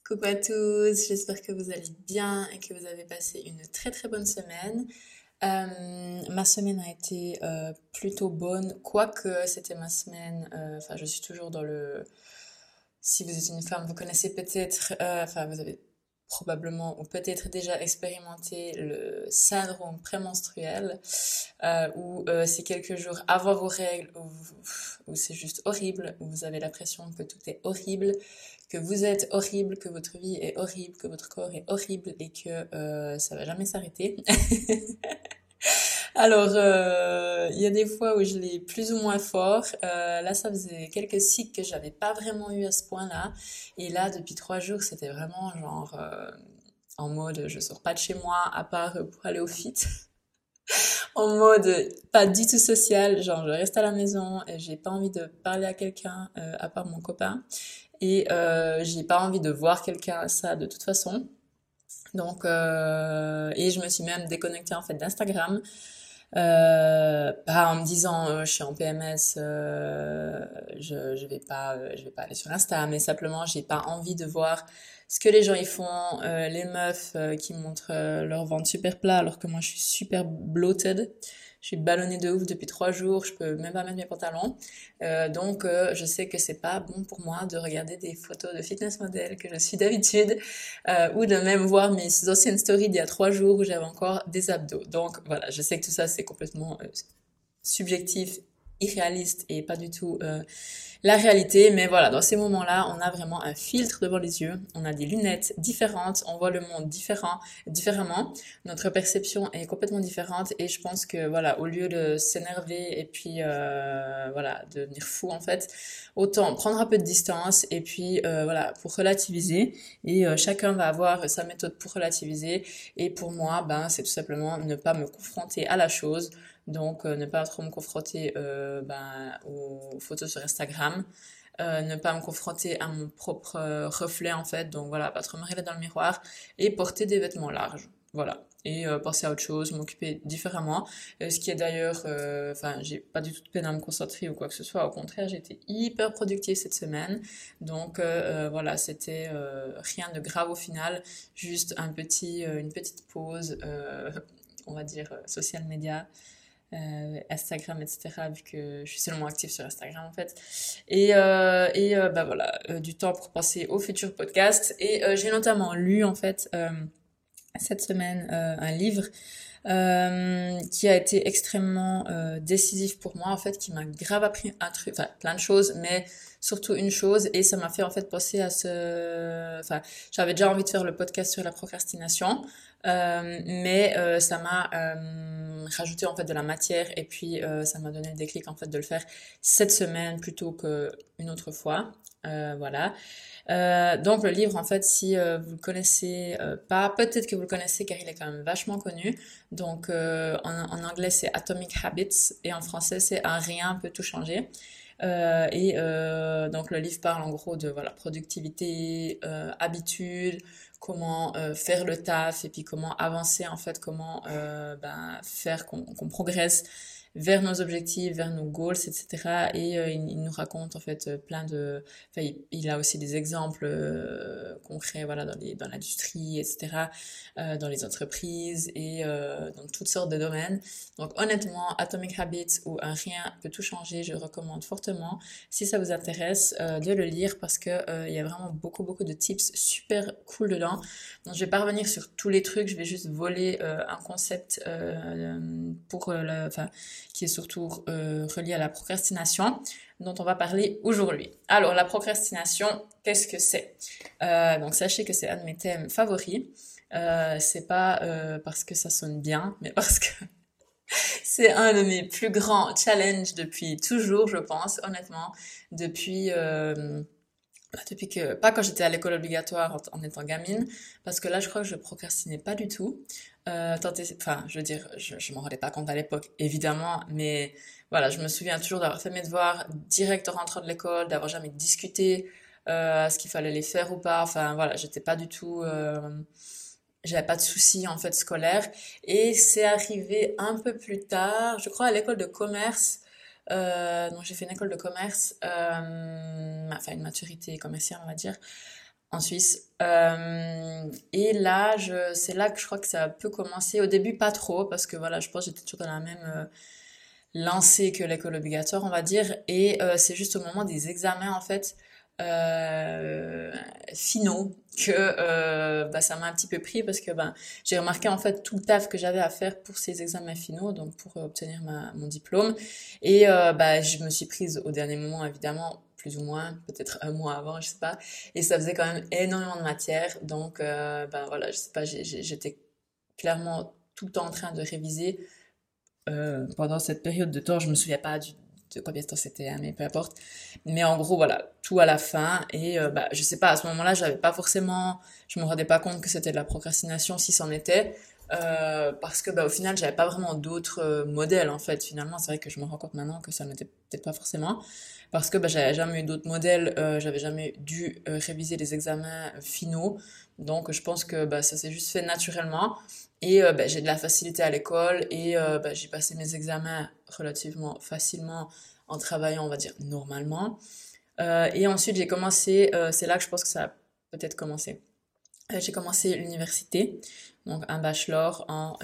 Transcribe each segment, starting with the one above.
Coucou à tous, j'espère que vous allez bien et que vous avez passé une très très bonne semaine. Ma semaine a été plutôt bonne, quoique c'était ma semaine, enfin je suis toujours dans le... Si vous êtes une femme, vous connaissez peut-être, enfin vous avez probablement ou peut-être déjà expérimenté le syndrome prémenstruel, où c'est quelques jours avant vos règles, où c'est juste horrible, où vous avez l'impression que tout est horrible, que vous êtes horrible, que votre vie est horrible, que votre corps est horrible et que ça va jamais s'arrêter. Alors, il y a des fois où je l'ai plus ou moins fort. Là, ça faisait quelques cycles que j'avais pas vraiment eu à ce point-là. Et là, depuis 3 jours, c'était vraiment genre en mode je sors pas de chez moi à part pour aller au fit. En mode pas du tout social, genre je reste à la maison et j'ai pas envie de parler à quelqu'un à part mon copain. Et j'ai pas envie de voir quelqu'un ça de toute façon. Donc, et je me suis même déconnectée en fait d'Instagram. Pas en me disant je suis en PMS, je vais pas aller sur Insta, mais simplement j'ai pas envie de voir ce que les gens y font, les meufs qui montrent leur ventre super plat alors que moi je suis super bloated. Je suis ballonnée de ouf depuis 3 jours, je peux même pas mettre mes pantalons. Donc je sais que c'est pas bon pour moi de regarder des photos de fitness modèles que je suis d'habitude, ou de même voir mes anciennes stories d'il y a 3 jours où j'avais encore des abdos. Donc voilà, je sais que tout ça c'est complètement subjectif, irréaliste et pas du tout la réalité, mais voilà, dans ces moments-là, on a vraiment un filtre devant les yeux, on a des lunettes différentes, on voit le monde différemment, notre perception est complètement différente et je pense que voilà, au lieu de s'énerver et puis voilà, de devenir fou en fait, autant prendre un peu de distance et puis voilà, pour relativiser et chacun va avoir sa méthode pour relativiser et pour moi, ben c'est tout simplement ne pas me confronter à la chose. Donc, ne pas trop me confronter aux photos sur Instagram, ne pas me confronter à mon propre reflet en fait. Donc voilà, pas trop me regarder dans le miroir et porter des vêtements larges. Voilà. Et penser à autre chose, m'occuper différemment. Ce qui est d'ailleurs, enfin, j'ai pas du tout de peine à me concentrer ou quoi que ce soit. Au contraire, j'ai été hyper productive cette semaine. Donc voilà, c'était rien de grave au final, juste une petite pause, on va dire social media, Instagram, etc. Vu que je suis seulement active sur Instagram en fait. Et bah voilà, du temps pour passer au futur podcast. Et j'ai notamment lu en fait cette semaine un livre qui a été extrêmement décisif pour moi en fait, qui m'a grave appris un truc, enfin plein de choses, mais surtout une chose, et ça m'a fait en fait penser à enfin j'avais déjà envie de faire le podcast sur la procrastination, mais ça m'a rajouté en fait de la matière et puis ça m'a donné le déclic en fait de le faire cette semaine plutôt qu'une autre fois. Voilà. Donc le livre, en fait, si vous le connaissez pas, peut-être que vous le connaissez car il est quand même vachement connu. Donc en anglais c'est Atomic Habits et en français c'est Un rien peut tout changer. Donc le livre parle en gros de voilà productivité, habitude, comment faire le taf et puis comment avancer en fait, comment faire qu'on progresse vers nos objectifs, vers nos goals, etc. Et il nous raconte en fait plein de... Enfin, il a aussi des exemples concrets, voilà, dans l'industrie, etc., dans les entreprises et dans toutes sortes de domaines. Donc honnêtement, Atomic Habits ou Un rien peut tout changer, je le recommande fortement. Si ça vous intéresse, de le lire parce que il y a vraiment beaucoup, beaucoup de tips super cool dedans. Donc je vais pas revenir sur tous les trucs, je vais juste voler un concept pour enfin qui est surtout relié à la procrastination, dont on va parler aujourd'hui. Alors, la procrastination, qu'est-ce que c'est? Donc, sachez que c'est un de mes thèmes favoris. C'est pas parce que ça sonne bien, mais parce que c'est un de mes plus grands challenges depuis toujours, je pense, honnêtement, depuis... depuis que, pas quand j'étais à l'école obligatoire en étant gamine, parce que là, je crois que je procrastinais pas du tout. Enfin, je veux dire, je m'en rendais pas compte à l'époque, évidemment, mais voilà, je me souviens toujours d'avoir fait mes devoirs direct en rentrant de l'école, d'avoir jamais discuté à ce qu'il fallait les faire ou pas. Enfin, voilà, j'étais pas du tout, j'avais pas de soucis en fait scolaires. Et c'est arrivé un peu plus tard, je crois à l'école de commerce. Donc j'ai fait une école de commerce, enfin une maturité commerciale on va dire, en Suisse. Et là, c'est là que je crois que ça peut commencer. Au début, pas trop, parce que voilà, je pense que j'étais toujours dans la même lancée que l'école obligatoire, on va dire. Et c'est juste au moment des examens, en fait, euh, finaux, que bah, ça m'a un petit peu pris, parce que ben, j'ai remarqué en fait tout le taf que j'avais à faire pour ces examens finaux, donc pour obtenir mon diplôme. Et bah, je me suis prise au dernier moment, évidemment, plus ou moins, peut-être un mois avant, je sais pas. Et ça faisait quand même énormément de matière. Donc, ben voilà, je sais pas, j'étais clairement tout le temps en train de réviser pendant cette période de temps. Je me souviens pas de combien de temps c'était, hein, mais peu importe. Mais en gros, voilà, tout à la fin. Et bah, je sais pas, à ce moment-là, j'avais pas forcément, je me rendais pas compte que c'était de la procrastination si c'en était. Parce que bah, au final, j'avais pas vraiment d'autres modèles en fait. Finalement, c'est vrai que je me rends compte maintenant que ça n'était peut-être pas forcément. Parce que bah, j'avais jamais eu d'autres modèles, j'avais jamais dû réviser les examens finaux. Donc je pense que bah, ça s'est juste fait naturellement. Et bah, j'ai de la facilité à l'école et bah, j'ai passé mes examens relativement facilement en travaillant, on va dire, normalement. Et ensuite, j'ai commencé, c'est là que je pense que ça a peut-être commencé. J'ai commencé l'université, donc un bachelor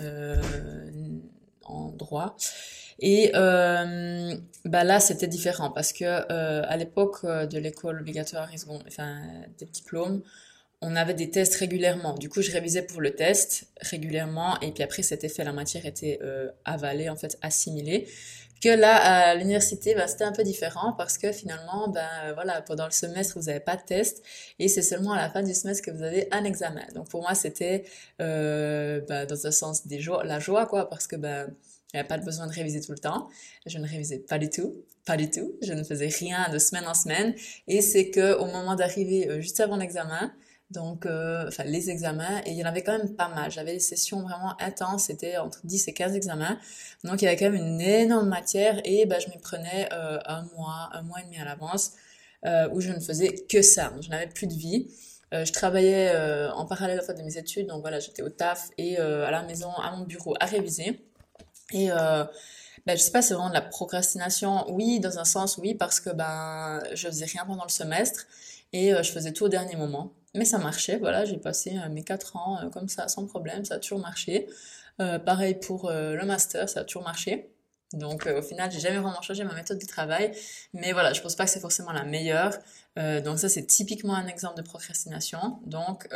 en droit. Et bah là, c'était différent parce que à l'époque de l'école obligatoire, enfin des diplômes, on avait des tests régulièrement. Du coup, je révisais pour le test régulièrement et puis après, c'était fait, la matière était avalée, en fait, assimilée. Que là, à l'université, bah, c'était un peu différent parce que finalement, ben voilà, pendant le semestre, vous n'avez pas de test et c'est seulement à la fin du semestre que vous avez un examen. Donc pour moi, c'était bah, dans un sens la joie, quoi, parce que ben il n'y avait pas besoin de réviser tout le temps. Je ne révisais pas du tout, pas du tout. Je ne faisais rien de semaine en semaine et c'est que au moment d'arriver juste avant l'examen, donc enfin les examens, et il y en avait quand même pas mal. J'avais des sessions vraiment intenses, c'était entre 10 et 15 examens. Donc il y avait quand même une énorme matière et bah, je m'y prenais un mois et demi à l'avance où je ne faisais que ça. Donc, je n'avais plus de vie. Je travaillais en parallèle en fait, de mes études, donc voilà, j'étais au taf et à la maison, à mon bureau, à réviser. Et ben, je sais pas, c'est vraiment de la procrastination. Oui, dans un sens, oui, parce que ben je faisais rien pendant le semestre et je faisais tout au dernier moment. Mais ça marchait, voilà, j'ai passé mes 4 ans comme ça, sans problème, ça a toujours marché. Pareil pour le master, ça a toujours marché. Donc au final, j'ai jamais vraiment changé ma méthode de travail, mais voilà, je pense pas que c'est forcément la meilleure. Donc ça, c'est typiquement un exemple de procrastination. Donc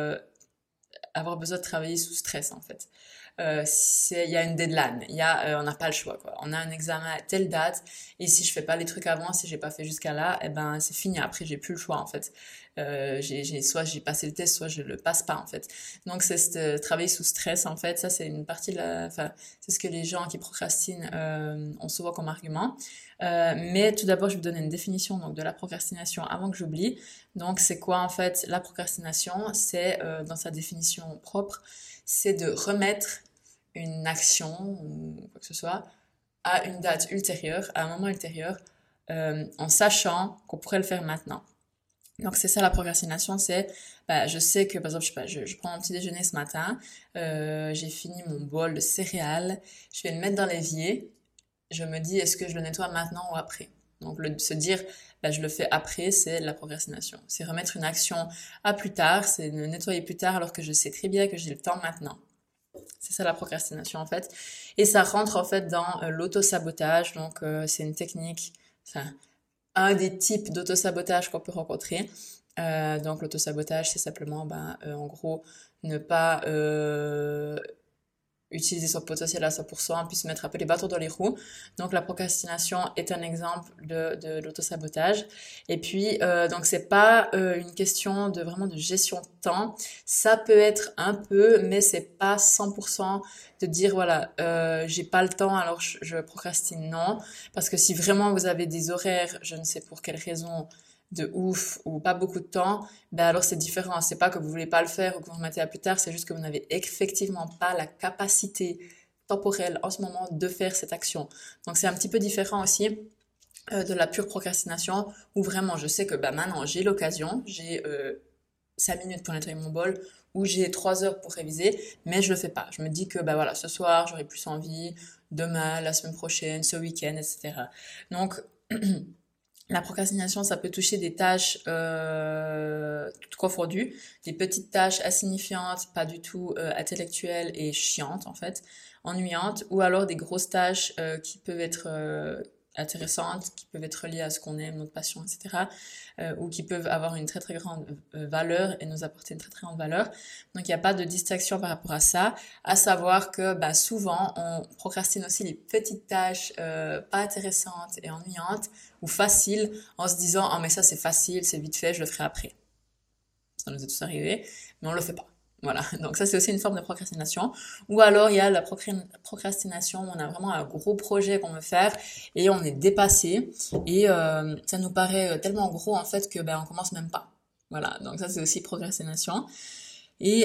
avoir besoin de travailler sous stress en fait. Il y a une deadline, on n'a pas le choix quoi. On a un examen à telle date et si je fais pas les trucs avant, si j'ai pas fait jusqu'à là, eh ben c'est fini. Après j'ai plus le choix en fait. Soit j'ai passé le test, soit je le passe pas en fait. Donc c'est travailler sous stress en fait. Ça c'est une partie enfin c'est ce que les gens qui procrastinent ont souvent comme argument. Mais tout d'abord je vais vous donner une définition donc de la procrastination avant que j'oublie. Donc c'est quoi en fait la procrastination? C'est dans sa définition propre, c'est de remettre une action ou quoi que ce soit à une date ultérieure, à un moment ultérieur, en sachant qu'on pourrait le faire maintenant. Donc c'est ça la procrastination, c'est bah, je sais que par exemple je sais pas, je prends mon petit déjeuner ce matin, j'ai fini mon bol de céréales, je vais le mettre dans l'évier, je me dis est-ce que je le nettoie maintenant ou après. Donc se dire bah, je le fais après, c'est la procrastination. C'est remettre une action à plus tard, c'est le nettoyer plus tard alors que je sais très bien que j'ai le temps maintenant. C'est ça la procrastination en fait. Et ça rentre en fait dans l'auto-sabotage. Donc c'est une technique, enfin un des types d'auto-sabotage qu'on peut rencontrer. Donc l'auto-sabotage, c'est simplement, ben, en gros, ne pas utiliser son potentiel à 100%, puis se mettre un peu les bâtons dans les roues. Donc la procrastination est un exemple de l'autosabotage. Et puis donc c'est pas une question de vraiment de gestion de temps. Ça peut être un peu, mais c'est pas 100% de dire voilà j'ai pas le temps alors je procrastine. Non, parce que si vraiment vous avez des horaires, je ne sais pour quelle raison de ouf ou pas beaucoup de temps, ben alors c'est différent. C'est pas que vous voulez pas le faire ou que vous remettez à plus tard, c'est juste que vous n'avez effectivement pas la capacité temporelle en ce moment de faire cette action. Donc c'est un petit peu différent aussi de la pure procrastination où vraiment je sais que bah, maintenant j'ai l'occasion, j'ai 5 minutes pour nettoyer mon bol ou j'ai 3 heures pour réviser, mais je le fais pas. Je me dis que bah voilà, ce soir j'aurai plus envie, demain, la semaine prochaine, ce week-end, etc. Donc La procrastination, ça peut toucher des tâches toutes confondues, des petites tâches insignifiantes, pas du tout intellectuelles et chiantes en fait, ennuyantes, ou alors des grosses tâches qui peuvent être intéressantes, qui peuvent être liées à ce qu'on aime, notre passion, etc., ou qui peuvent avoir une très très grande valeur et nous apporter une très très grande valeur. Donc il n'y a pas de distraction par rapport à ça. À savoir que bah, souvent on procrastine aussi les petites tâches pas intéressantes et ennuyantes ou faciles en se disant ah mais ça c'est facile, c'est vite fait, je le ferai après. Ça nous est tous arrivé, mais on le fait pas. Voilà, donc ça c'est aussi une forme de procrastination. Ou alors il y a la procrastination où on a vraiment un gros projet qu'on veut faire et on est dépassé et ça nous paraît tellement gros en fait que ben on commence même pas. Voilà, donc ça c'est aussi procrastination. Et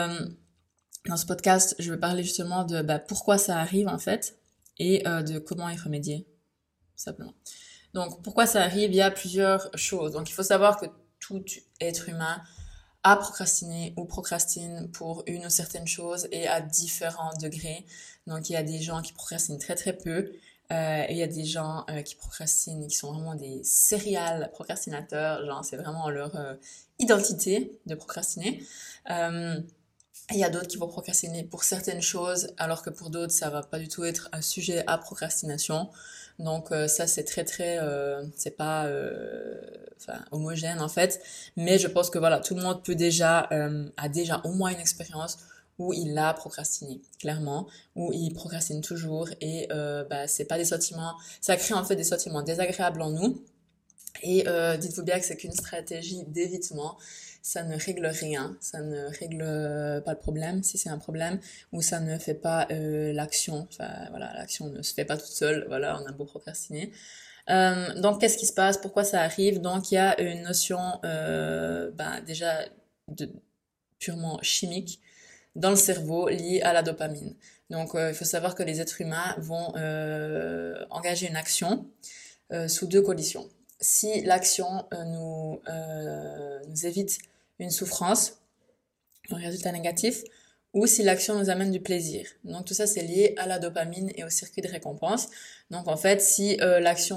dans ce podcast, je vais parler justement de bah, pourquoi ça arrive en fait et de comment y remédier, simplement. Donc pourquoi ça arrive? Il y a plusieurs choses. Donc il faut savoir que tout être humain a procrastiné ou procrastine pour une ou certaine chose et à différents degrés. Donc il y a des gens qui procrastinent très très peu et il y a des gens qui procrastinent, qui sont vraiment des serial procrastinateurs, genre c'est vraiment leur identité de procrastiner. Euh, il y a d'autres qui vont procrastiner pour certaines choses, alors que pour d'autres, ça va pas du tout être un sujet à procrastination. Donc ça, c'est très très, c'est pas, enfin, homogène en fait. Mais je pense que voilà, tout le monde peut déjà a déjà au moins une expérience où il a procrastiné, clairement, où il procrastine toujours et bah c'est pas des sentiments, ça crée en fait des sentiments désagréables en nous. Et dites-vous bien que c'est qu'une stratégie d'évitement. Ça ne règle rien, ça ne règle pas le problème si c'est un problème, ou ça ne fait pas l'action. Enfin voilà, l'action ne se fait pas toute seule. Voilà, on a beau procrastiner. Donc qu'est-ce qui se passe? Pourquoi ça arrive? Donc il y a une notion, ben, déjà de, purement chimique dans le cerveau liée à la dopamine. Donc il faut savoir que les êtres humains vont engager une action sous deux conditions. Si l'action nous évite une souffrance, un résultat négatif, ou si l'action nous amène du plaisir. Donc tout ça c'est lié à la dopamine et au circuit de récompense. Donc en fait si l'action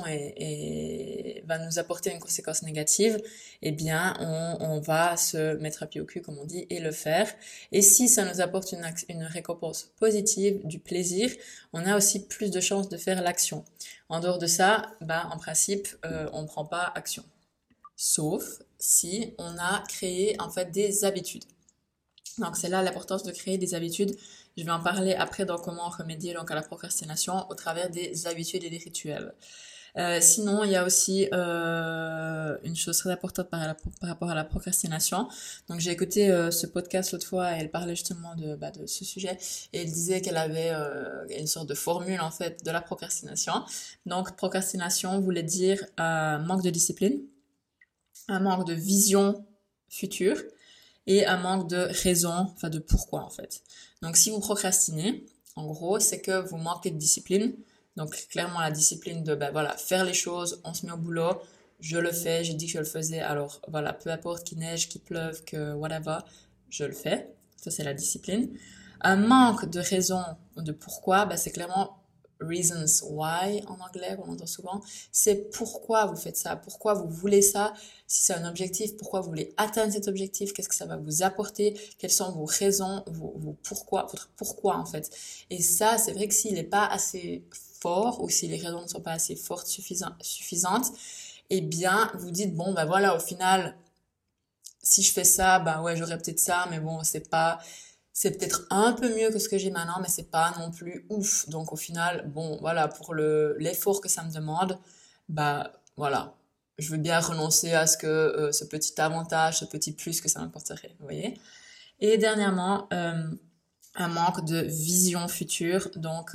va nous apporter une conséquence négative, eh bien on va se mettre à pied au cul comme on dit et le faire. Et si ça nous apporte une récompense positive, du plaisir, on a aussi plus de chances de faire l'action. En dehors de ça, bah en principe on ne prend pas action. Sauf si on a créé en fait des habitudes. Donc c'est là l'importance de créer des habitudes. Je vais en parler après dans comment remédier donc à la procrastination au travers des habitudes et des rituels. Sinon, il y a aussi une chose très importante par rapport à la procrastination. Donc j'ai écouté ce podcast l'autre fois et elle parlait justement de ce sujet et elle disait qu'elle avait une sorte de formule en fait de la procrastination. Donc procrastination voulait dire manque de discipline, un manque de vision future et un manque de raison, enfin de pourquoi en fait. Donc si vous procrastinez, en gros, c'est que vous manquez de discipline. Donc clairement la discipline de ben voilà, faire les choses, on se met au boulot, je le fais, j'ai dit que je le faisais, alors voilà, peu importe qu'il neige, qu'il pleuve, que whatever, je le fais. Ça c'est la discipline. Un manque de raison de pourquoi, ben c'est clairement reasons why en anglais, on entend souvent. C'est pourquoi vous faites ça, pourquoi vous voulez ça, si c'est un objectif, pourquoi vous voulez atteindre cet objectif, qu'est-ce que ça va vous apporter, quelles sont vos raisons, vos pourquoi, votre pourquoi en fait. Et ça, c'est vrai que s'il n'est pas assez fort ou si les raisons ne sont pas assez fortes, suffisantes, eh bien, vous dites, bon, ben voilà, au final, si je fais ça, bah ouais, j'aurais peut-être ça, mais bon, c'est peut-être un peu mieux que ce que j'ai maintenant, mais c'est pas non plus ouf. Donc au final, bon, voilà, pour l'effort que ça me demande, bah voilà, je veux bien renoncer à ce que ce petit avantage, ce petit plus que ça m'apporterait, vous voyez. Et dernièrement, un manque de vision future. Donc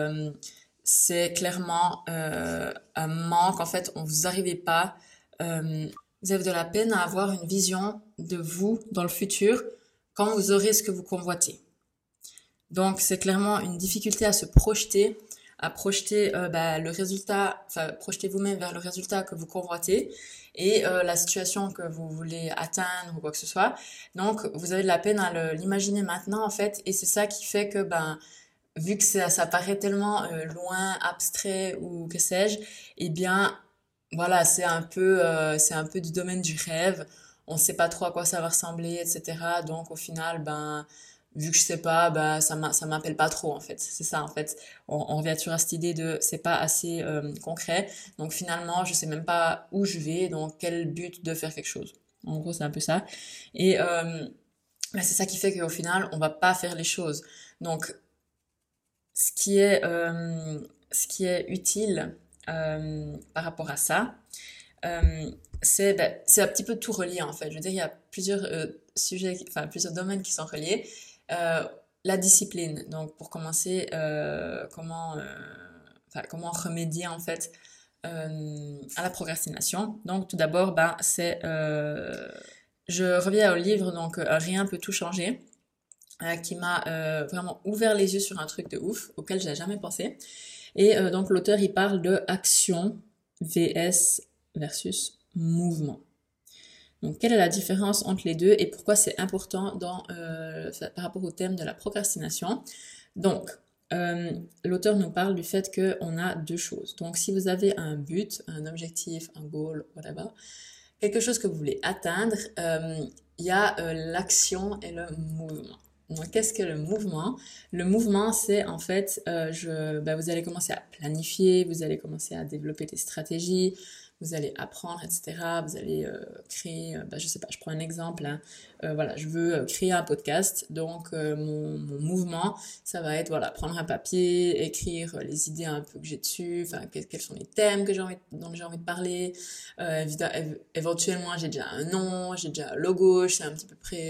c'est clairement un manque. En fait, vous n'arrivez pas. Vous avez de la peine à avoir une vision de vous dans le futur quand vous aurez ce que vous convoitez. Donc c'est clairement une difficulté à projeter bah, le résultat, enfin projeter vous-même vers le résultat que vous convoitez et la situation que vous voulez atteindre ou quoi que ce soit. Donc vous avez de la peine à l'imaginer maintenant en fait et c'est ça qui fait que ben vu que ça paraît tellement loin, abstrait ou que sais-je, eh bien voilà, c'est un peu du domaine du rêve. On sait pas trop à quoi ça va ressembler, etc. Donc au final, ben, vu que je sais pas, ben, ça m'appelle pas trop en fait. C'est ça en fait. On revient toujours à cette idée de c'est pas assez concret. Donc finalement, je sais même pas où je vais, donc quel but de faire quelque chose. En gros, c'est un peu ça. Et ben, c'est ça qui fait qu'au final, on va pas faire les choses. Donc ce qui est, ce qui est utile par rapport à ça, c'est un petit peu tout relié en fait. Je veux dire, il y a plusieurs sujets, enfin plusieurs domaines qui sont reliés. Euh, la discipline, donc pour commencer, comment remédier en fait à la procrastination. Donc tout d'abord, ben, je reviens au livre, donc Rien peut tout changer, qui m'a vraiment ouvert les yeux sur un truc de ouf auquel j'avais jamais pensé. Et donc l'auteur il parle de action vs versus mouvement. Donc quelle est la différence entre les deux et pourquoi c'est important par rapport au thème de la procrastination. Donc euh, l'auteur nous parle du fait qu'on a deux choses. Donc si vous avez un but, un objectif, un goal, whatever, quelque chose que vous voulez atteindre, il y a l'action et le mouvement. Donc, qu'est-ce que le mouvement? Le mouvement, c'est en fait, vous allez commencer à planifier, vous allez commencer à développer des stratégies, vous allez apprendre, etc. Vous allez créer, je sais pas, je prends un exemple, hein. Voilà, je veux créer un podcast, donc mon mouvement, ça va être, voilà, prendre un papier, écrire les idées un peu que j'ai dessus, enfin, quels sont les thèmes dont j'ai envie de parler, éventuellement, j'ai déjà un nom, j'ai déjà un logo, je sais un petit peu près,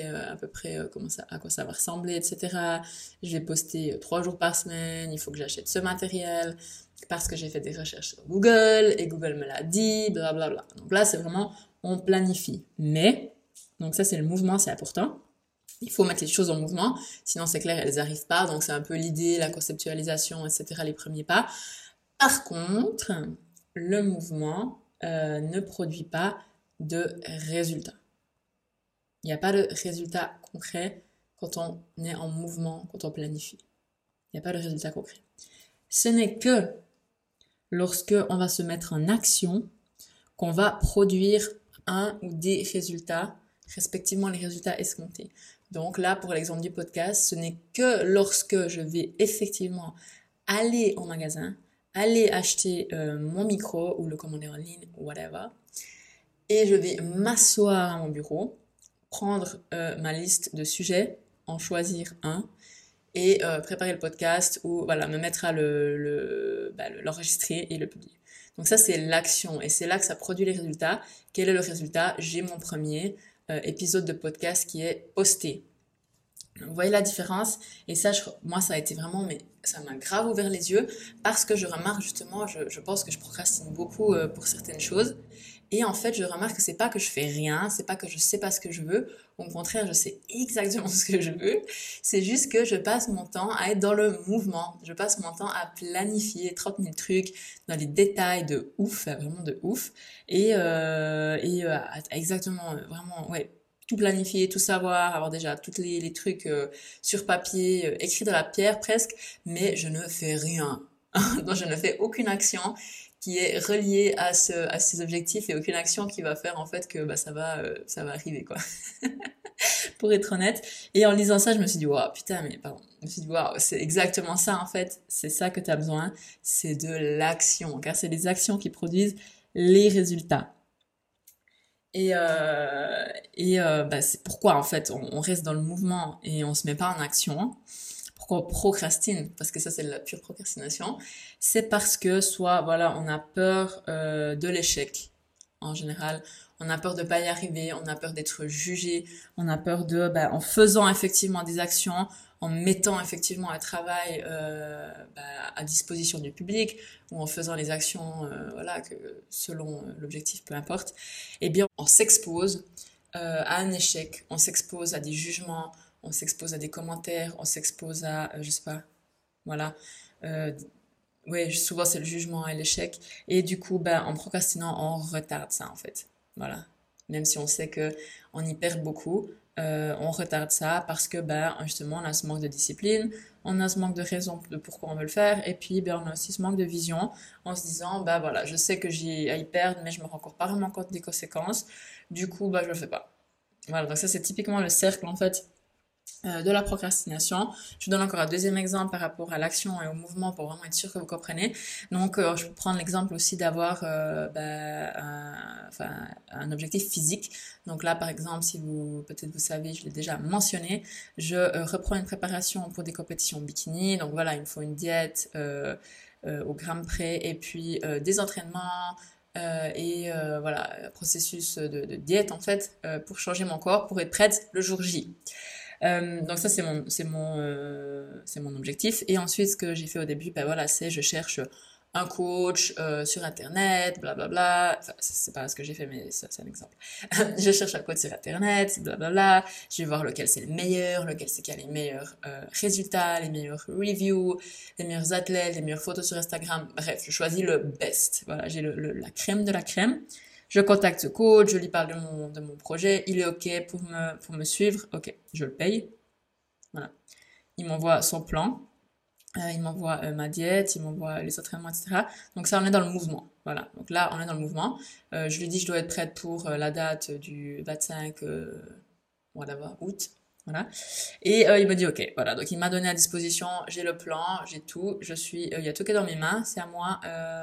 à quoi ça va ressembler, etc. Je vais poster 3 jours par semaine, il faut que j'achète ce matériel parce que j'ai fait des recherches sur Google et Google me l'a dit, blablabla. Donc là, c'est vraiment, on planifie. Mais, donc ça, c'est le mouvement, c'est important. Il faut mettre les choses en mouvement, sinon c'est clair, elles n'arrivent pas. Donc c'est un peu l'idée, la conceptualisation, etc., les premiers pas. Par contre, le mouvement ne produit pas de résultat. Il n'y a pas de résultat concret quand on est en mouvement, quand on planifie. Il n'y a pas de résultat concret. Ce n'est que lorsque on va se mettre en action qu'on va produire un ou des résultats, respectivement les résultats escomptés. Donc là, pour l'exemple du podcast, ce n'est que lorsque je vais effectivement aller en magasin, aller acheter mon micro ou le commander en ligne, whatever, et je vais m'asseoir à mon bureau, prendre ma liste de sujets, en choisir un, et préparer le podcast ou voilà, me mettre à l'enregistrer et le publier. Donc ça, c'est l'action et c'est là que ça produit les résultats. Quel est le résultat? J'ai mon premier épisode de podcast qui est posté. Vous voyez la différence? Et ça, moi, ça a été vraiment, mais ça m'a grave ouvert les yeux parce que je remarque justement, je pense que je procrastine beaucoup pour certaines choses. Et en fait, je remarque que c'est pas que je fais rien, c'est pas que je sais pas ce que je veux. Au contraire, je sais exactement ce que je veux. C'est juste que je passe mon temps à être dans le mouvement. Je passe mon temps à planifier 30 000 trucs dans les détails de ouf, vraiment de ouf. À exactement, vraiment, ouais, tout planifier, tout savoir, avoir déjà tous les trucs sur papier, écrits de la pierre presque, mais je ne fais rien. Donc je ne fais aucune action qui est reliée à ces objectifs et aucune action qui va faire en fait que bah, ça va arriver quoi. Pour être honnête. Et en lisant ça, je me suis dit waouh putain mais pardon, je me suis dit waouh c'est exactement ça en fait, c'est ça que tu as besoin, c'est de l'action car c'est les actions qui produisent les résultats. C'est pourquoi en fait on reste dans le mouvement et on se met pas en action. Pourquoi on procrastine? Parce que ça c'est de la pure procrastination. C'est parce que soit voilà on a peur de l'échec en général. On a peur de pas y arriver, on a peur d'être jugé, on a peur en faisant effectivement des actions, en mettant effectivement un travail à disposition du public ou en faisant les actions voilà que selon l'objectif peu importe, eh bien on s'expose à un échec, on s'expose à des jugements, on s'expose à des commentaires, on s'expose à je sais pas voilà euh, ouais, souvent c'est le jugement et l'échec. Et du coup, en procrastinant, on retarde ça en fait. Voilà. Même si on sait que on y perd beaucoup, on retarde ça parce que ben justement on a ce manque de discipline, on a ce manque de raison de pourquoi on veut le faire, et puis ben on a aussi ce manque de vision en se disant ben voilà, je sais que j'ai à y perdre, mais je me rends encore pas vraiment compte des conséquences, du coup ben je le fais pas. Voilà, donc ça c'est typiquement le cercle en fait de la procrastination. Je vous donne encore un deuxième exemple par rapport à l'action et au mouvement pour vraiment être sûr que vous comprenez. Donc, je peux prendre l'exemple aussi d'avoir un objectif physique. Donc là, par exemple, si vous peut-être vous savez, je l'ai déjà mentionné, je reprends une préparation pour des compétitions bikini. Donc voilà, il me faut une diète au gramme près et puis des entraînements. Voilà, processus de diète en fait pour changer mon corps pour être prête le jour J. Donc ça c'est mon objectif. Et ensuite ce que j'ai fait au début, ben voilà, c'est je cherche un coach sur internet, blablabla. Enfin, c'est pas ce que j'ai fait, mais ça c'est un exemple. Je cherche un coach sur internet, blablabla. Je vais voir lequel c'est le meilleur, lequel c'est qui a les meilleurs résultats, les meilleurs reviews, les meilleurs athlètes, les meilleures photos sur Instagram. Bref, je choisis le best. Voilà, j'ai la crème de la crème. Je contacte ce coach, je lui parle de mon projet, il est OK pour me suivre, OK, je le paye. Voilà. Il m'envoie son plan, il m'envoie ma diète, il m'envoie les entraînements, etc. Donc ça, on est dans le mouvement. Voilà. Donc là, on est dans le mouvement. Je lui dis que je dois être prête pour la date du 25 août. Voilà. Et il me dit OK. Voilà. Donc il m'a donné à disposition, j'ai le plan, j'ai tout, il y a tout qui est dans mes mains, c'est à moi,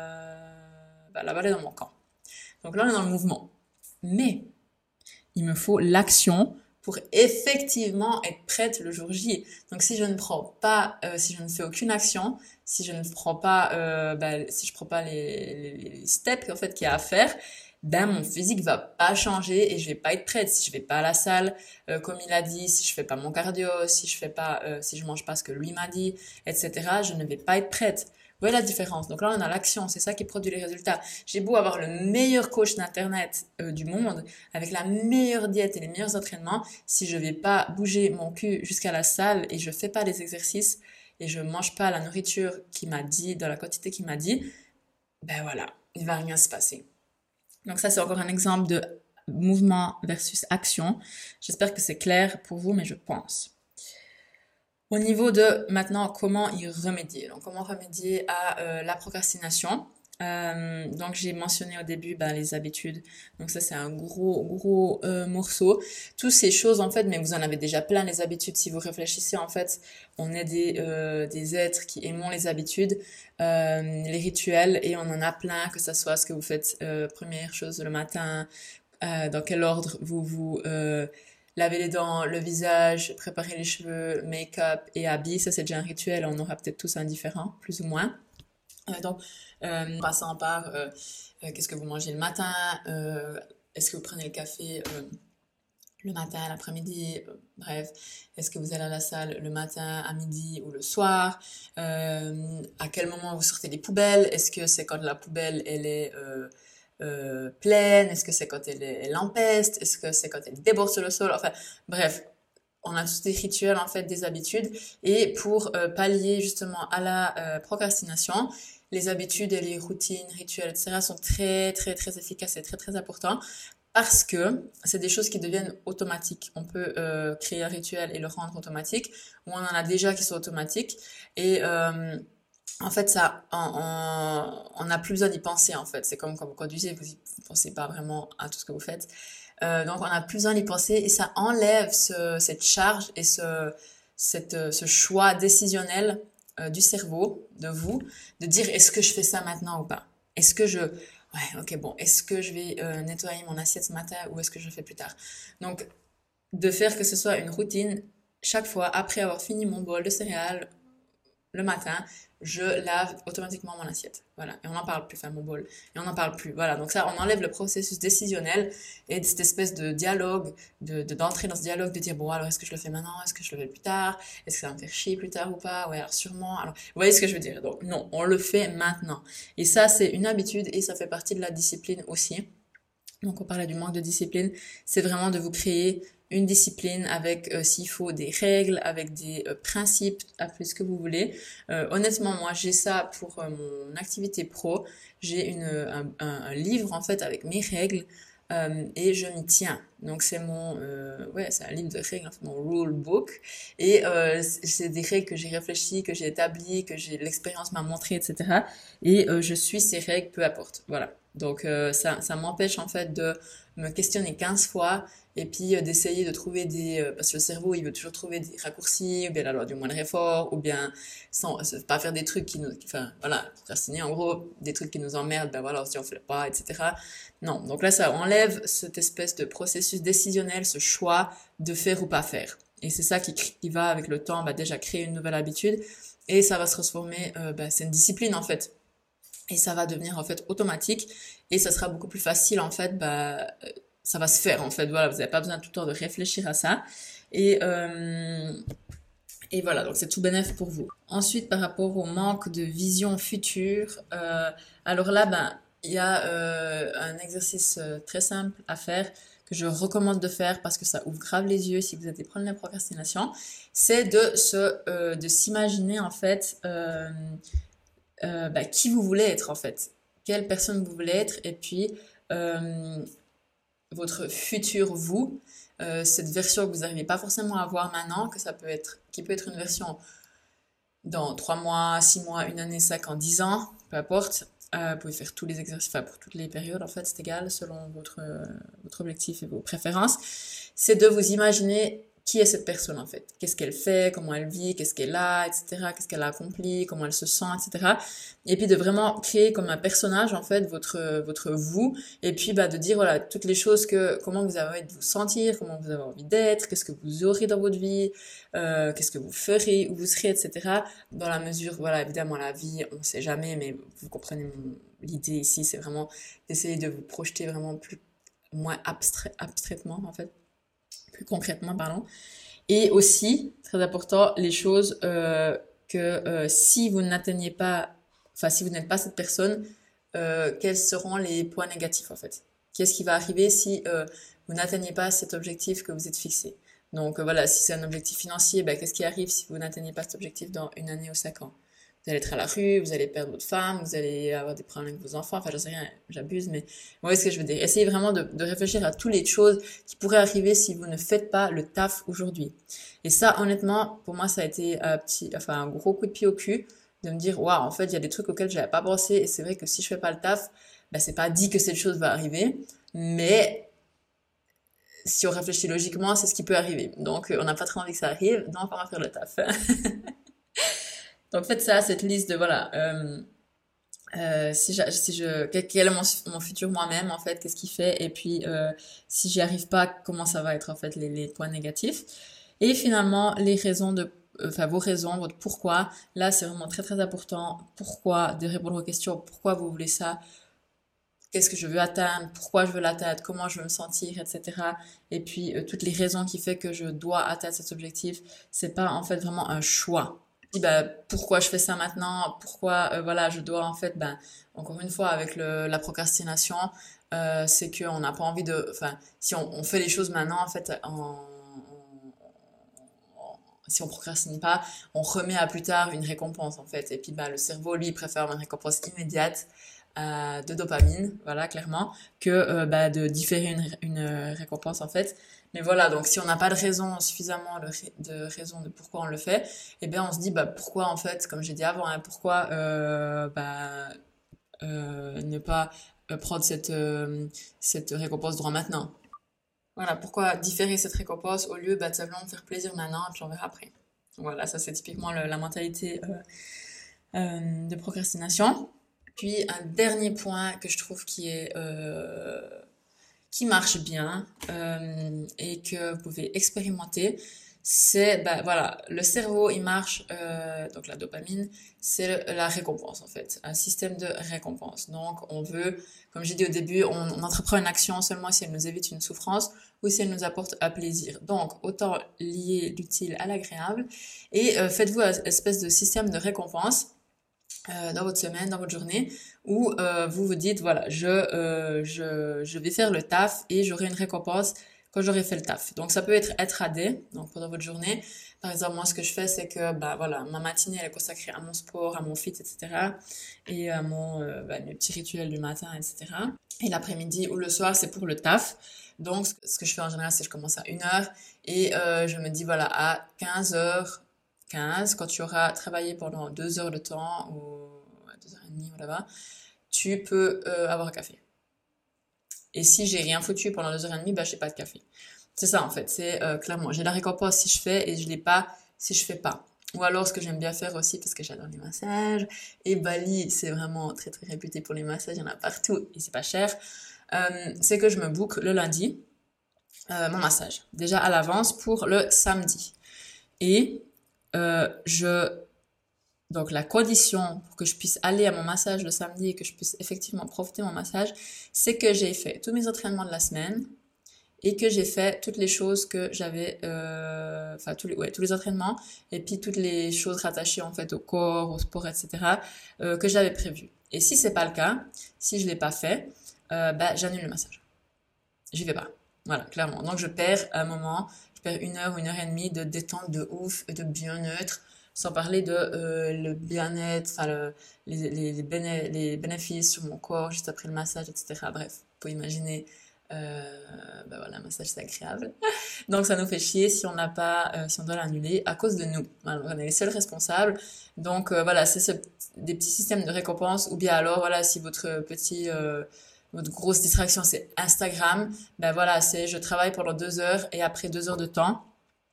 la balle est dans mon camp. Donc là, on est dans le mouvement. Mais il me faut l'action pour effectivement être prête le jour J. Donc si je ne prends pas, si je ne fais aucune action, si je ne prends pas, si je prends pas les steps en fait qu'il y a à faire, ben mon physique va pas changer et je vais pas être prête. Si je vais pas à la salle, comme il a dit, si je fais pas mon cardio, si je fais pas, si je mange pas ce que lui m'a dit, etc., je ne vais pas être prête. Vous voyez la différence? Donc là, on a l'action, c'est ça qui produit les résultats. J'ai beau avoir le meilleur coach d'internet du monde, avec la meilleure diète et les meilleurs entraînements, si je vais pas bouger mon cul jusqu'à la salle et je fais pas les exercices et je mange pas la nourriture qu'il m'a dit, dans la quantité qu'il m'a dit, ben voilà, il va rien se passer. Donc ça, c'est encore un exemple de mouvement versus action. J'espère que c'est clair pour vous, mais je pense. Au niveau de maintenant comment y remédier. Donc comment remédier à la procrastination. Donc j'ai mentionné au début les habitudes. Donc ça c'est un gros morceau. Toutes ces choses en fait, mais vous en avez déjà plein les habitudes. Si vous réfléchissez en fait, on est des êtres qui aimons les habitudes, les rituels, et on en a plein. Que ça soit ce que vous faites première chose le matin, dans quel ordre vous laver les dents, le visage, préparer les cheveux, make-up et habits, ça c'est déjà un rituel, on aura peut-être tous un différent, plus ou moins. Passant par qu'est-ce que vous mangez le matin, est-ce que vous prenez le café le matin, l'après-midi, bref, est-ce que vous allez à la salle le matin, à midi ou le soir, à quel moment vous sortez les poubelles, est-ce que c'est quand la poubelle elle est pleine, est-ce que c'est quand elle empeste, est-ce que c'est quand elle déborde sur le sol, enfin bref, on a tous des rituels en fait, des habitudes, et pour pallier justement à la procrastination, les habitudes et les routines, rituels, etc. sont très très très efficaces et très très importants parce que c'est des choses qui deviennent automatiques. On peut créer un rituel et le rendre automatique, ou on en a déjà qui sont automatiques, et en fait, on n'a plus besoin d'y penser, en fait. C'est comme quand vous conduisez, vous ne pensez pas vraiment à tout ce que vous faites. Donc, on n'a plus besoin d'y penser et ça enlève cette charge et ce choix décisionnel du cerveau, de vous, de dire est-ce que je fais ça maintenant ou pas? Est-ce que ouais, ok, bon, est-ce que je vais nettoyer mon assiette ce matin ou est-ce que je le fais plus tard? Donc, de faire que ce soit une routine chaque fois après avoir fini mon bol de céréales le matin, je lave automatiquement mon assiette. Voilà. Et on n'en parle plus, enfin mon bol. Et on n'en parle plus. Voilà. Donc ça, on enlève le processus décisionnel et cette espèce de dialogue, d'entrer dans ce dialogue, de dire, bon, alors est-ce que je le fais maintenant? Est-ce que je le fais plus tard? Est-ce que ça va me faire chier plus tard ou pas? Ouais, alors sûrement. Alors, vous voyez ce que je veux dire? Donc, non, on le fait maintenant. Et ça, c'est une habitude et ça fait partie de la discipline aussi. Donc, on parlait du manque de discipline. C'est vraiment de vous créer une discipline avec, s'il faut, des règles, avec des principes, appelez ce que vous voulez. Honnêtement, moi, j'ai ça pour mon activité pro. J'ai un livre, en fait, avec mes règles et je m'y tiens. Donc c'est c'est un livre de règles, en fait, mon rule book. Et c'est des règles que j'ai réfléchi, que j'ai établies, que l'expérience m'a montré, etc. Et je suis ces règles, peu importe. Voilà. Donc ça m'empêche en fait de me questionner 15 fois et puis d'essayer de trouver parce que le cerveau il veut toujours trouver des raccourcis, ou bien la loi du moindre effort, ou bien sans pas faire des trucs enfin voilà, procrastiner en gros, des trucs qui nous emmerdent, ben voilà, si on fait pas, etc. Non, donc là ça enlève cette espèce de processus décisionnel, ce choix de faire ou pas faire. Et c'est ça qui va avec le temps, déjà créer une nouvelle habitude, et ça va se transformer, c'est une discipline en fait. Et ça va devenir en fait automatique et ça sera beaucoup plus facile en fait, ça va se faire en fait. Voilà, vous n'avez pas besoin tout le temps de réfléchir à ça. Et, euh, et voilà, donc c'est tout bénef pour vous. Ensuite, par rapport au manque de vision future, alors là, il y a un exercice très simple à faire que je recommande de faire parce que ça ouvre grave les yeux si vous avez des problèmes de procrastination. C'est de s'imaginer en fait qui vous voulez être en fait, quelle personne vous voulez être, et puis euh, votre futur vous, cette version que vous n'arrivez pas forcément à voir maintenant, qui peut être une version dans 3 mois, 6 mois, une année, 5 ans, 10 ans, peu importe. Vous pouvez faire tous les exercices, enfin pour toutes les périodes en fait, c'est égal selon votre objectif et vos préférences. C'est de vous imaginer qui est cette personne en fait, qu'est-ce qu'elle fait, comment elle vit, qu'est-ce qu'elle a, etc., qu'est-ce qu'elle a accompli, comment elle se sent, etc. Et puis de vraiment créer comme un personnage en fait votre vous, et puis de dire voilà toutes les choses comment vous avez envie de vous sentir, comment vous avez envie d'être, qu'est-ce que vous aurez dans votre vie, qu'est-ce que vous ferez, où vous serez, etc. Dans la mesure, voilà, évidemment la vie, on sait jamais, mais vous comprenez l'idée ici, c'est vraiment d'essayer de vous projeter vraiment moins abstraitement en fait, plus concrètement, pardon. Et aussi, très important, les choses que si vous n'atteignez pas, enfin si vous n'êtes pas cette personne, quels seront les points négatifs en fait? Qu'est-ce qui va arriver si vous n'atteignez pas cet objectif que vous êtes fixé? Donc voilà, si c'est un objectif financier, qu'est-ce qui arrive si vous n'atteignez pas cet objectif dans une année ou 5 ans? Vous allez être à la rue, vous allez perdre votre femme, vous allez avoir des problèmes avec vos enfants, enfin je sais rien, j'abuse, mais vous voyez ce que je veux dire. Essayez vraiment de réfléchir à toutes les choses qui pourraient arriver si vous ne faites pas le taf aujourd'hui. Et ça, honnêtement, pour moi, ça a été un gros coup de pied au cul de me dire, waouh, en fait, il y a des trucs auxquels j'avais pas pensé, et c'est vrai que si je fais pas le taf, c'est pas dit que cette chose va arriver, mais si on réfléchit logiquement, c'est ce qui peut arriver. Donc, on n'a pas très envie que ça arrive, donc on va faire le taf. Donc, faites ça, cette liste de, voilà, quel est mon futur moi-même, en fait, qu'est-ce qu'il fait, et puis, si j'y arrive pas, comment ça va être, en fait, les points négatifs. Et finalement, vos raisons, votre pourquoi. Là, c'est vraiment très, très important. Pourquoi, de répondre aux questions, pourquoi vous voulez ça, qu'est-ce que je veux atteindre, pourquoi je veux l'atteindre, comment je veux me sentir, etc. Et puis, toutes les raisons qui fait que je dois atteindre cet objectif. C'est pas, en fait, vraiment un choix. Pourquoi je fais ça maintenant, pourquoi voilà je dois en fait encore une fois avec la procrastination, c'est qu'on n'a pas envie si on fait les choses maintenant en fait si on procrastine pas, on remet à plus tard une récompense en fait, et puis le cerveau lui préfère une récompense immédiate de dopamine, voilà clairement, que de différer une récompense en fait. Mais voilà, donc si on n'a pas de raison suffisamment de raison de pourquoi on le fait, eh bien on se dit pourquoi en fait, comme j'ai dit avant, pourquoi ne pas prendre cette récompense droit maintenant. Voilà, pourquoi différer cette récompense au lieu de simplement me faire plaisir maintenant et puis on verra après. Voilà, ça c'est typiquement la mentalité de procrastination. Puis un dernier point que je trouve qui marche bien et que vous pouvez expérimenter, c'est voilà, le cerveau il marche donc la dopamine, c'est la récompense en fait, un système de récompense. Donc on veut, comme j'ai dit au début, on entreprend une action seulement si elle nous évite une souffrance ou si elle nous apporte un plaisir. Donc autant lier l'utile à l'agréable et faites-vous une espèce de système de récompense dans votre semaine, dans votre journée, où vous vous dites voilà, je vais faire le taf et j'aurai une récompense quand j'aurai fait le taf. Donc ça peut être à des, donc pendant votre journée. Par exemple, moi ce que je fais, c'est que bah voilà, ma matinée elle est consacrée à mon sport, à mon fit, etc. et à mes petits rituels du matin, etc. Et l'après-midi ou le soir, c'est pour le taf. Donc ce que je fais en général, c'est que je commence à 1h et je me dis voilà à 15h15, quand tu auras travaillé pendant 2 heures de temps ou 2h30, voilà, tu peux avoir un café. Et si j'ai rien foutu pendant 2h30, bah j'ai pas de café. C'est ça en fait, c'est clairement, j'ai la récompense si je fais et je l'ai pas si je fais pas. Ou alors ce que j'aime bien faire aussi parce que j'adore les massages et Bali c'est vraiment très très réputé pour les massages, il y en a partout et c'est pas cher. C'est que je me book le lundi mon massage déjà à l'avance pour le samedi et je donc la condition pour que je puisse aller à mon massage le samedi et que je puisse effectivement profiter de mon massage, c'est que j'ai fait tous mes entraînements de la semaine et que j'ai fait toutes les choses que j'avais, enfin tous les entraînements et puis toutes les choses rattachées en fait au corps, au sport, etc. Que j'avais prévues. Et si c'est pas le cas, si je l'ai pas fait, bah j'annule le massage. J'y vais pas. Voilà, clairement. Donc je perds un moment, je perds 1 heure ou 1h30 de détente de ouf, de bien-être, sans parler de le bien-être, enfin les bénéfices sur mon corps juste après le massage, etc. Bref, vous pouvez imaginer, bah voilà, un massage c'est agréable. Donc ça nous fait chier si on n'a pas, si on doit l'annuler à cause de nous. Voilà, on est les seuls responsables. Donc voilà, des petits systèmes de récompense ou bien alors voilà si votre grosse distraction c'est Instagram, ben voilà, c'est je travaille pendant 2 heures et après 2 heures de temps,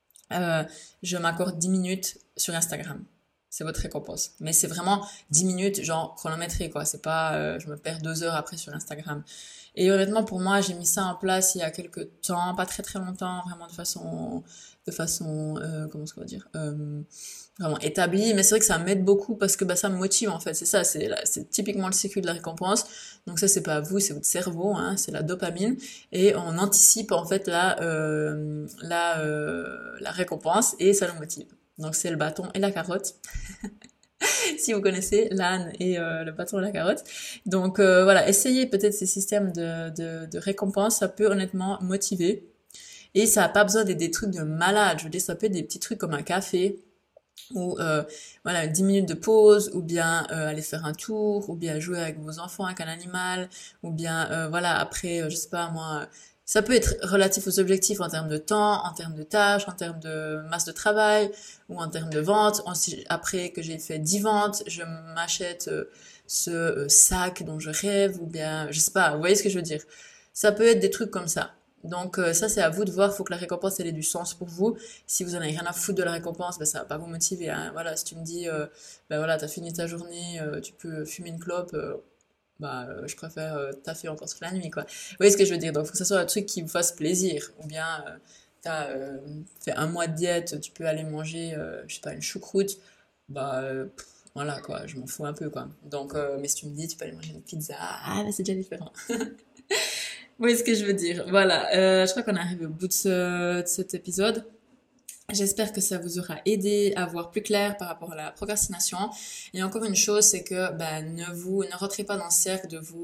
je m'accorde 10 minutes sur Instagram. C'est votre récompense. Mais c'est vraiment 10 minutes, genre chronométré, quoi. C'est pas, je me perds 2 heures après sur Instagram. Et honnêtement, pour moi, j'ai mis ça en place il y a quelques temps, pas très très longtemps, vraiment comment est-ce qu'on va dire, vraiment établie. Mais c'est vrai que ça m'aide beaucoup parce que bah ça me motive en fait. C'est ça, c'est typiquement le cycle de la récompense. Donc ça, c'est pas vous, c'est votre cerveau, hein, c'est la dopamine et on anticipe en fait la récompense et ça nous motive. Donc c'est le bâton et la carotte. Si vous connaissez l'âne et le bâton et la carotte. Donc voilà, essayez peut-être ces systèmes de récompense, ça peut honnêtement motiver. Et ça n'a pas besoin d'être des trucs de malade. Je veux dire, ça peut être des petits trucs comme un café ou voilà 10 minutes de pause ou bien aller faire un tour ou bien jouer avec vos enfants avec un animal ou bien voilà après je sais pas moi ça peut être relatif aux objectifs en termes de temps, en termes de tâches, en termes de masse de travail ou en termes de vente. Après que j'ai fait 10 ventes, je m'achète ce sac dont je rêve ou bien je sais pas, vous voyez ce que je veux dire. Ça peut être des trucs comme ça. Donc ça c'est à vous de voir, faut que la récompense elle ait du sens pour vous. Si vous en avez rien à foutre de la récompense, ben ça va pas vous motiver, hein. Voilà, si tu me dis ben voilà, t'as fini ta journée, tu peux fumer une clope, je préfère taffer encore toute la nuit quoi. Vous voyez ce que je veux dire? Donc faut que ça soit un truc qui vous fasse plaisir. Ou bien t'as fait un mois de diète, tu peux aller manger je sais pas une choucroute, voilà quoi, je m'en fous un peu quoi. Donc mais si tu me dis tu peux aller manger une pizza, ah là c'est déjà différent. Oui, ce que je veux dire. Voilà, je crois qu'on arrive au bout de cet épisode. J'espère que ça vous aura aidé à voir plus clair par rapport à la procrastination. Et encore une chose, c'est que ne rentrez pas dans le cercle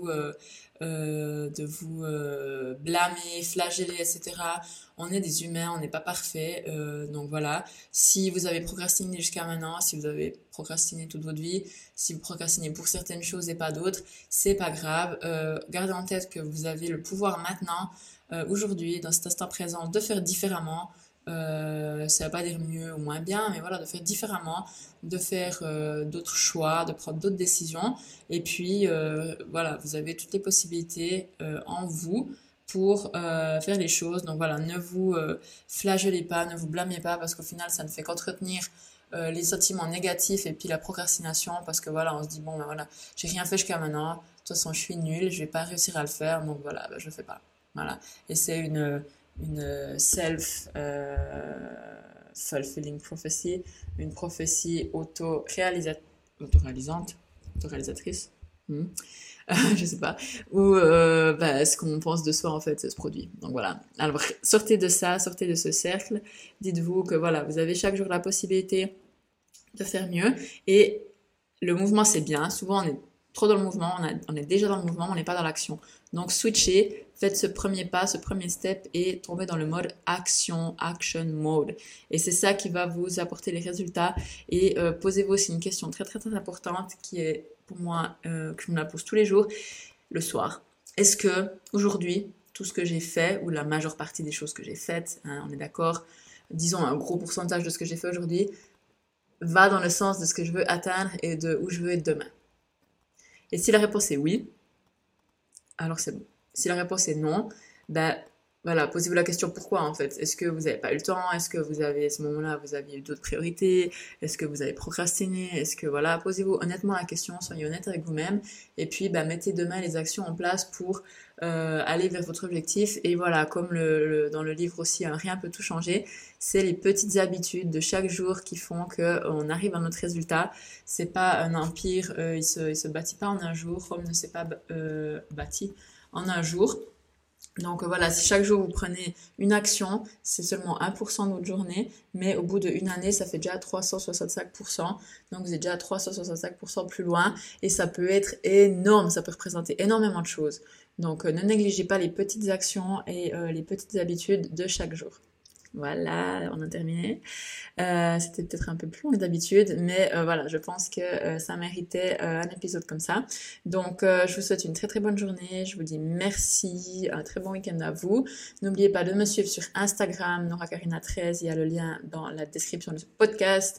de vous blâmer, flageller, etc. On est des humains, on n'est pas parfait. Donc voilà, si vous avez procrastiné jusqu'à maintenant, si vous avez procrastiné toute votre vie, si vous procrastinez pour certaines choses et pas d'autres, c'est pas grave. Gardez en tête que vous avez le pouvoir maintenant, aujourd'hui, dans cet instant présent, de faire différemment. Ça va pas dire mieux ou moins bien, mais voilà, de faire différemment, de faire d'autres choix, de prendre d'autres décisions. Et puis, voilà, vous avez toutes les possibilités en vous pour faire les choses. Donc voilà, ne vous flagellez pas, ne vous blâmez pas, parce qu'au final, ça ne fait qu'entretenir les sentiments négatifs et puis la procrastination, parce que voilà, on se dit, bon, ben voilà, j'ai rien fait jusqu'à maintenant, de toute façon, je suis nulle, je vais pas réussir à le faire, donc voilà, je fais pas. Voilà. Et c'est une fulfilling prophecy, une prophétie auto-réalisatrice, je sais pas, où ce qu'on pense de soi en fait se produit. Donc voilà. Alors sortez de ça, sortez de ce cercle. Dites-vous que voilà, vous avez chaque jour la possibilité de faire mieux et le mouvement c'est bien. Souvent on est trop dans le mouvement, on est déjà dans le mouvement, on n'est pas dans l'action. Donc switchez, faites ce premier pas, ce premier step et tombez dans le mode action mode. Et c'est ça qui va vous apporter les résultats. Et posez-vous aussi une question très très très importante qui est pour moi, que je me la pose tous les jours, le soir. Est-ce que aujourd'hui, tout ce que j'ai fait, ou la majeure partie des choses que j'ai faites, hein, on est d'accord, disons un gros pourcentage de ce que j'ai fait aujourd'hui, va dans le sens de ce que je veux atteindre et de où je veux être demain? Et si la réponse est oui, alors c'est bon. Si la réponse est non, ben voilà, posez-vous la question pourquoi en fait. Est-ce que vous n'avez pas eu le temps? Est-ce que vous avez, à ce moment-là, vous aviez eu d'autres priorités? Est-ce que vous avez procrastiné? Est-ce que voilà, posez-vous honnêtement la question, soyez honnête avec vous-même, et puis bah, mettez demain les actions en place pour aller vers votre objectif. Et voilà, comme dans le livre aussi, hein, Rien peut tout changer, c'est les petites habitudes de chaque jour qui font qu'on arrive à notre résultat. C'est pas un empire, il se bâtit pas en un jour, Rome ne s'est pas bâti en un jour. Donc voilà, si chaque jour vous prenez une action, c'est seulement 1% de votre journée, mais au bout d'une année, ça fait déjà 365%. Donc vous êtes déjà à 365% plus loin et ça peut être énorme, ça peut représenter énormément de choses. Donc ne négligez pas les petites actions et les petites habitudes de chaque jour. Voilà, on a terminé. C'était peut-être un peu plus long que d'habitude, mais voilà, je pense que ça méritait un épisode comme ça. Donc, je vous souhaite une très très bonne journée. Je vous dis merci, un très bon week-end à vous. N'oubliez pas de me suivre sur Instagram, NoraKarina13. Il y a le lien dans la description du podcast.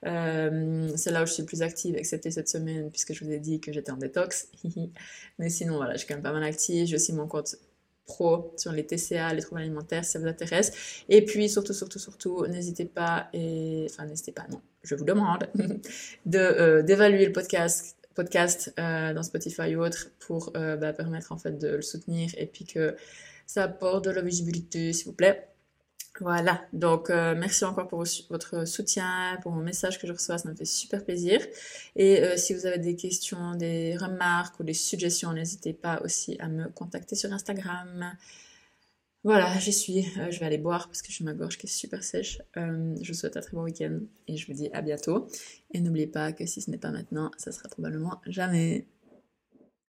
C'est là où je suis le plus active, excepté cette semaine, puisque je vous ai dit que j'étais en détox. Mais sinon, voilà, je suis quand même pas mal active. J'ai aussi mon compte pro sur les TCA, les troubles alimentaires, si ça vous intéresse. Et puis, surtout, n'hésitez pas, non, je vous demande d'évaluer le podcast dans Spotify ou autre pour permettre en fait de le soutenir et puis que ça apporte de la visibilité, s'il vous plaît. Voilà, donc merci encore pour votre soutien, pour vos messages que je reçois, ça me fait super plaisir. Et si vous avez des questions, des remarques ou des suggestions, n'hésitez pas aussi à me contacter sur Instagram. Voilà, j'y suis. Je vais aller boire parce que j'ai ma gorge qui est super sèche. Je vous souhaite un très bon week-end et je vous dis à bientôt. Et n'oubliez pas que si ce n'est pas maintenant, ça sera probablement jamais.